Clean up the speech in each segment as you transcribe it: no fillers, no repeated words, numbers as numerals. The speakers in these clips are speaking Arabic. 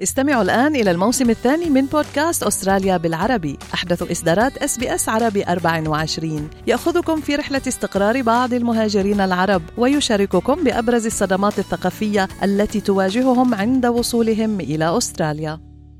استمعوا الآن إلى الموسم الثاني من بودكاست أستراليا بالعربي، أحدث إصدارات SBS عربي 24، يأخذكم في رحلة استقرار بعض المهاجرين العرب ويشارككم بأبرز الصدمات الثقافية التي تواجههم عند وصولهم إلى أستراليا.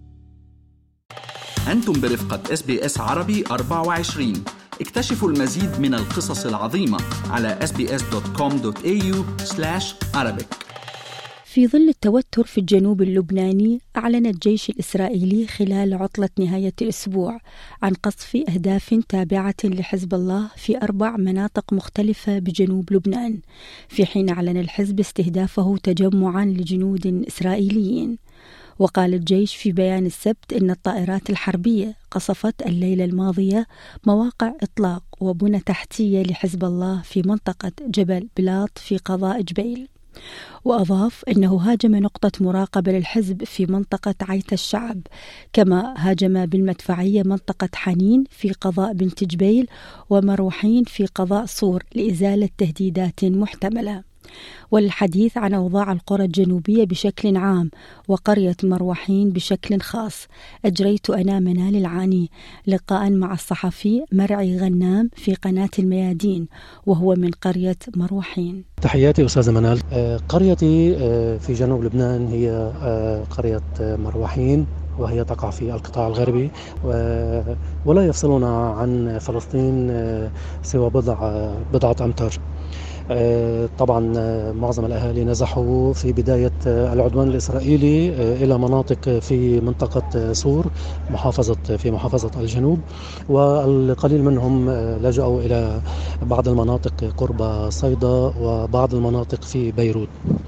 أنتم برفقة SBS عربي 24. اكتشفوا المزيد من القصص العظيمة على sbs.com.au/arabic. في ظل التوتر في الجنوب اللبناني، أعلن الجيش الإسرائيلي خلال عطلة نهاية الأسبوع عن قصف أهداف تابعة لحزب الله في 4 مناطق مختلفة بجنوب لبنان، في حين أعلن الحزب استهدافه تجمعا لجنود إسرائيليين. وقال الجيش في بيان السبت إن الطائرات الحربية قصفت الليلة الماضية مواقع إطلاق وبنى تحتية لحزب الله في منطقة جبل بلاط في قضاء جبيل. وأضاف أنه هاجم نقطة مراقبة للحزب في منطقة عيت الشعب، كما هاجم بالمدفعية منطقة حنين في قضاء بنت جبيل ومروحين في قضاء صور لإزالة تهديدات محتملة. والحديث عن أوضاع القرى الجنوبية بشكل عام وقرية مروحين بشكل خاص، أجريت أنا منال العاني لقاء مع الصحفي مرعي غنام في قناة الميادين، وهو من قرية مروحين. تحياتي أستاذة منال. قريتي في جنوب لبنان هي قرية مروحين، وهي تقع في القطاع الغربي، ولا يفصلنا عن فلسطين سوى بضعة أمتار. طبعا معظم الأهالي نزحوا في بداية العدوان الإسرائيلي إلى مناطق في منطقة صور في محافظة الجنوب، والقليل منهم لجأوا إلى بعض المناطق قرب صيدا وبعض المناطق في بيروت.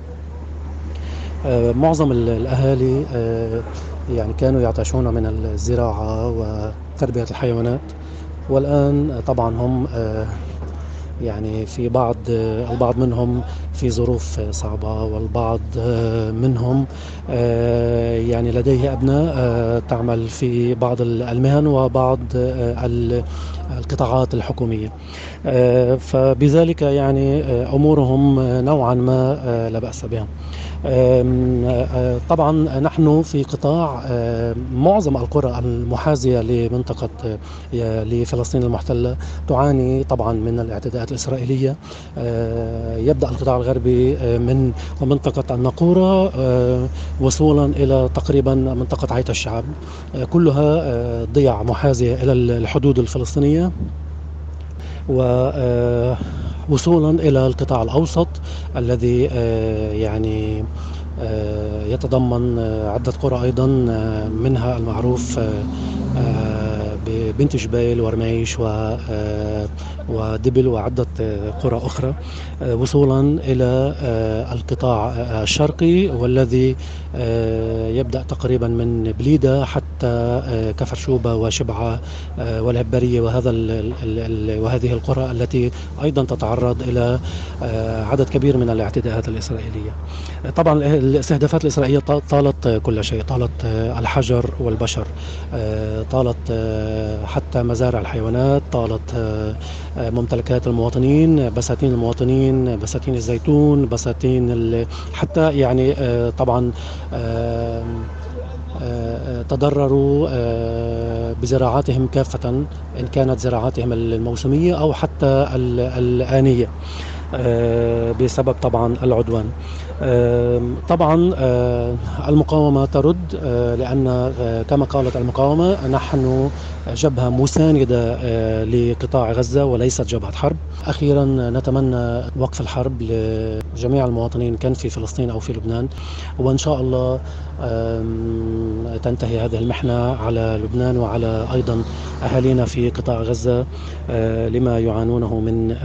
معظم الأهالي يعني كانوا يعتاشون من الزراعة وتربية الحيوانات، والآن طبعا هم يعني في البعض منهم في ظروف صعبة، والبعض منهم يعني لديه أبناء تعمل في بعض المهن وبعض القطاعات الحكومية، فبذلك يعني أمورهم نوعا ما لا بأس بها. طبعا نحن في قطاع معظم القرى المحاذية لفلسطين المحتلة تعاني طبعا من الاعتداءات الإسرائيلية. يبدأ القطاع الغربي من منطقة الناقورة وصولا إلى تقريبا منطقة عيت الشعب، كلها ضياع محاذية إلى الحدود الفلسطينية، ووصولا إلى القطاع الأوسط الذي يعني يتضمن عدة قرى أيضا، منها المعروف ببنت جبيل ورميش ودبل وعدة قرى أخرى، وصولا إلى القطاع الشرقي والذي يبدأ تقريبا من بليدة حتى كفر شوبة وشبعة والعبرية، وهذه القرى التي أيضا تتعرض إلى عدد كبير من الاعتداءات الإسرائيلية. طبعا الاستهدافات الإسرائيلية طالت كل شيء، طالت الحجر والبشر، طالت حتى مزارع الحيوانات، طالت ممتلكات المواطنين، بساتين المواطنين، بساتين الزيتون، بساتين حتى يعني طبعا تضرروا بزراعاتهم كافة، إن كانت زراعاتهم الموسمية أو حتى الآنية، بسبب طبعا العدوان. طبعا المقاومة ترد، لأن كما قالت المقاومة نحن جبهة مساندة لقطاع غزة وليست جبهة حرب. أخيرا نتمنى وقف الحرب لجميع المواطنين كان في فلسطين أو في لبنان، وإن شاء الله تنتهي هذه المحنة على لبنان وعلى أيضا أهالينا في قطاع غزة لما يعانونه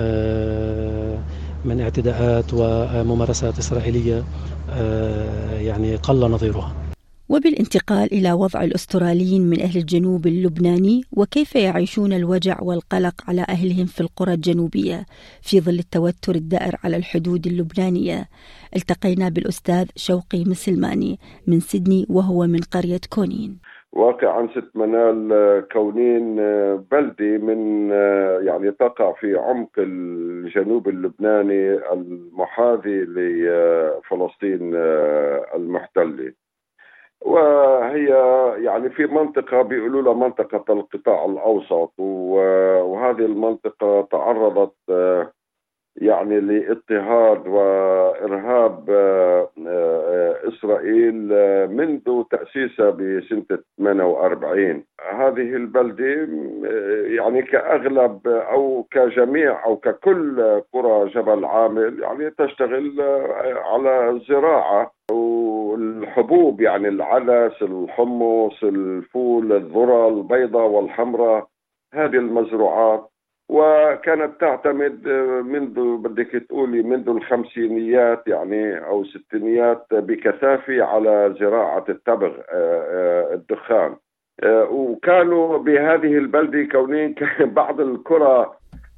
من اعتداءات وممارسات إسرائيلية يعني قل نظيرها. وبالانتقال إلى وضع الأستراليين من أهل الجنوب اللبناني وكيف يعيشون الوجع والقلق على أهلهم في القرى الجنوبية في ظل التوتر الدائر على الحدود اللبنانية، التقينا بالأستاذ شوقي مسلماني من سيدني وهو من قرية كونين. واقعا ست منال كونين بلدة من يعني تقع في عمق الجنوب اللبناني المحاذي لفلسطين المحتلة. وهي يعني في منطقة بيقولوا لها منطقة القطاع الأوسط، وهذه المنطقة تعرضت يعني لاضطهاد وإرهاب إسرائيل منذ تأسيسها بسنة 48. هذه البلدة يعني كأغلب أو كجميع أو ككل قرى جبل عامل يعني تشتغل على الزراعة والحبوب، يعني العدس، الحمص، الفول، الذرة البيضاء والحمراء، هذه المزروعات. وكانت تعتمد منذ بدك تقولي منذ الخمسينيات يعني أو الستينيات بكثافة على زراعة التبغ الدخان. وكانوا بهذه البلدة كونين بعض القرى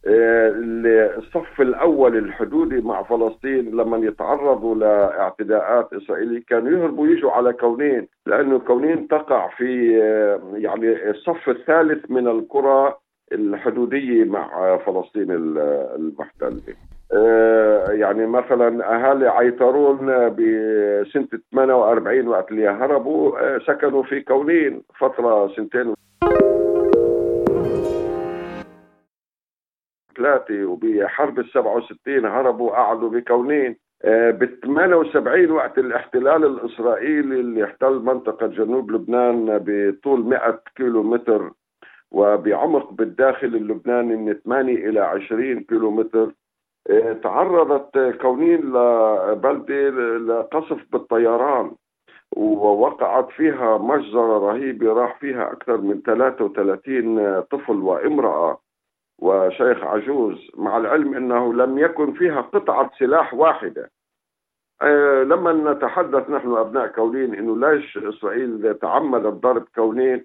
الصف الأول الحدودي مع فلسطين لما يتعرضوا لاعتداءات إسرائيلية كانوا يهربوا يجوا على كونين، لأنه كونين تقع في يعني الصف الثالث من القرى الحدودية مع فلسطين المحتلة. يعني مثلا أهالي عيطرون بسنة 48 وقت اللي هربوا سكنوا في كونين فترة سنتين ثلاثة، وبحرب 67 هربوا قعدوا بكونين. ب78 وقت الاحتلال الإسرائيلي اللي احتل منطقة جنوب لبنان بطول 100 كيلو متر وبعمق بالداخل اللبناني من 8 إلى 20 كيلو متر، تعرضت كونين لبلدة لقصف بالطيران، ووقعت فيها مجزرة رهيبة راح فيها أكثر من 33 طفل وامرأة وشيخ عجوز، مع العلم أنه لم يكن فيها قطعة سلاح واحدة. لما نتحدث نحن أبناء كونين إنه ليش إسرائيل تعمدت ضرب كونين،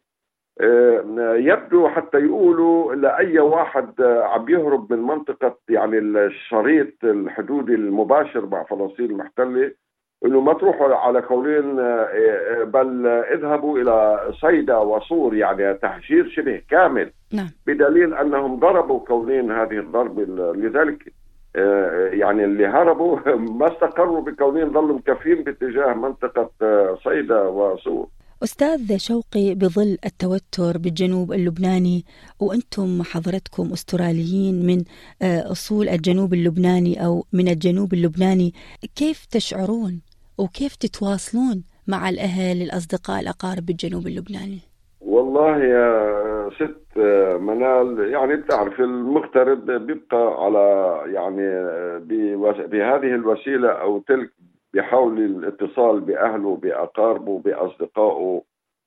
يبدو حتى يقولوا لأي واحد عم يهرب من منطقة يعني الشريط الحدودي المباشر مع فلسطين المحتلة إنه ما تروحوا على كونين، بل اذهبوا إلى صيدا وصور، يعني تهجير شبه كامل. نعم. بدليل أنهم ضربوا كونين هذه الضربة، لذلك يعني اللي هربوا ما استقروا بكونين، ظلوا مكفين باتجاه منطقة صيدا وصور. أستاذ شوقي، بظل التوتر بالجنوب اللبناني وأنتم حضرتكم أستراليين من أصول الجنوب اللبناني أو من الجنوب اللبناني، كيف تشعرون وكيف تتواصلون مع الأهل الأصدقاء الأقارب بالجنوب اللبناني؟ والله يا ست منال، يعني بتعرف المغترب بيبقى على يعني بهذه الوسيلة أو تلك بيحاول الاتصال بأهله بأقاربه بأصدقائه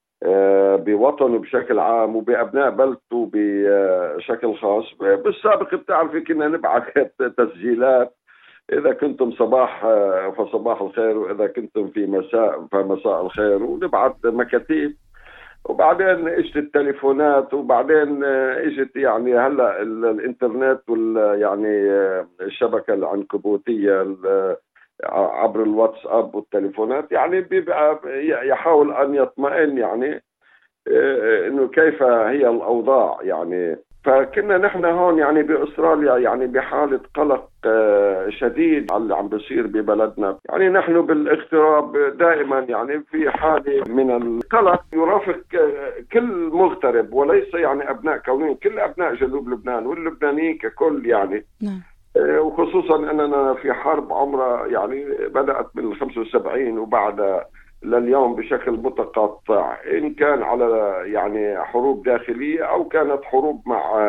بوطنه بشكل عام وبأبناء بلدته بشكل خاص. بالسابق بتعرفي كنا نبعث تسجيلات، إذا كنتم صباح فصباح الخير، وإذا كنتم في مساء فمساء الخير، ونبعث مكاتيب. وبعدين اجت التليفونات، وبعدين اجت يعني هلا الانترنت يعني الشبكة العنكبوتية عبر الواتساب والتليفونات، يعني بيبقى يحاول أن يطمئن يعني إنه كيف هي الأوضاع. يعني فكنا نحن هون يعني بأستراليا يعني بحالة قلق شديد على اللي عم بيصير ببلدنا. يعني نحن بالاغتراب دائما يعني في حالة من القلق يرافق كل مغترب، وليس يعني أبناء كونين، كل أبناء جنوب لبنان واللبنانيين ككل يعني. وخصوصا أننا في حرب عمرها يعني بدأت من 75 وبعد لليوم بشكل متقطع، إن كان على يعني حروب داخلية أو كانت حروب مع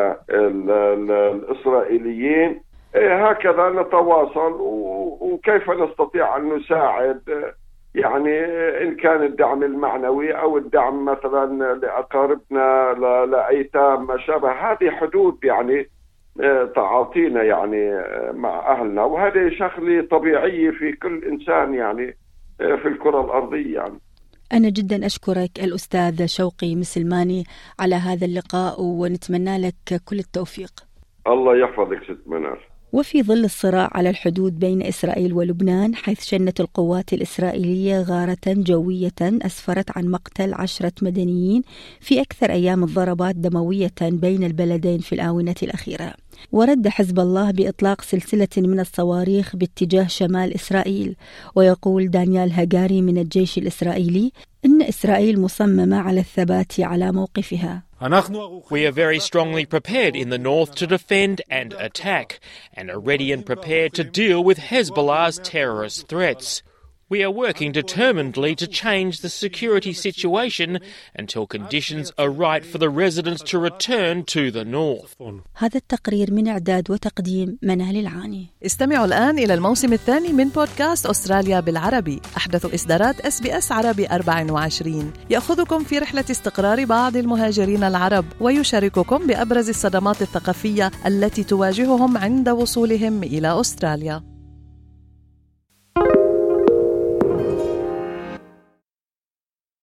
الإسرائيليين. هكذا نتواصل، وكيف نستطيع أن نساعد، يعني إن كان الدعم المعنوي أو الدعم مثلا لأقاربنا لأيتام ما شابه. هذه حدود يعني تعاطينا يعني مع أهلنا، وهذه شغلة طبيعية في كل إنسان يعني في الكرة الأرضية. يعني أنا جدا أشكرك الأستاذ شوقي مسلماني على هذا اللقاء، ونتمنى لك كل التوفيق. الله يحفظك ست منال. وفي ظل الصراع على الحدود بين إسرائيل ولبنان، حيث شنت القوات الإسرائيلية غارة جوية أسفرت عن مقتل 10 مدنيين في أكثر أيام الضربات دموية بين البلدين في الآونة الأخيرة، ورد حزب الله بإطلاق سلسلة من الصواريخ باتجاه شمال إسرائيل. ويقول دانيال هاجاري من الجيش الإسرائيلي إن إسرائيل مصممة على الثبات على موقفها. We are very strongly prepared in the north to defend and attack, and are ready and prepared to deal with Hezbollah's terrorist threats. We are working determinedly to change the security situation until conditions are right for the residents to return to the north. هذا التقرير من إعداد وتقديم منال العاني. استمعوا الآن إلى الموسم الثاني من بودكاست أستراليا بالعربي، أحدث إصدارات SBS عربي 24، يأخذكم في رحلة استقرار بعض المهاجرين العرب ويشارككم بأبرز الصدمات الثقافية التي تواجههم عند وصولهم إلى أستراليا.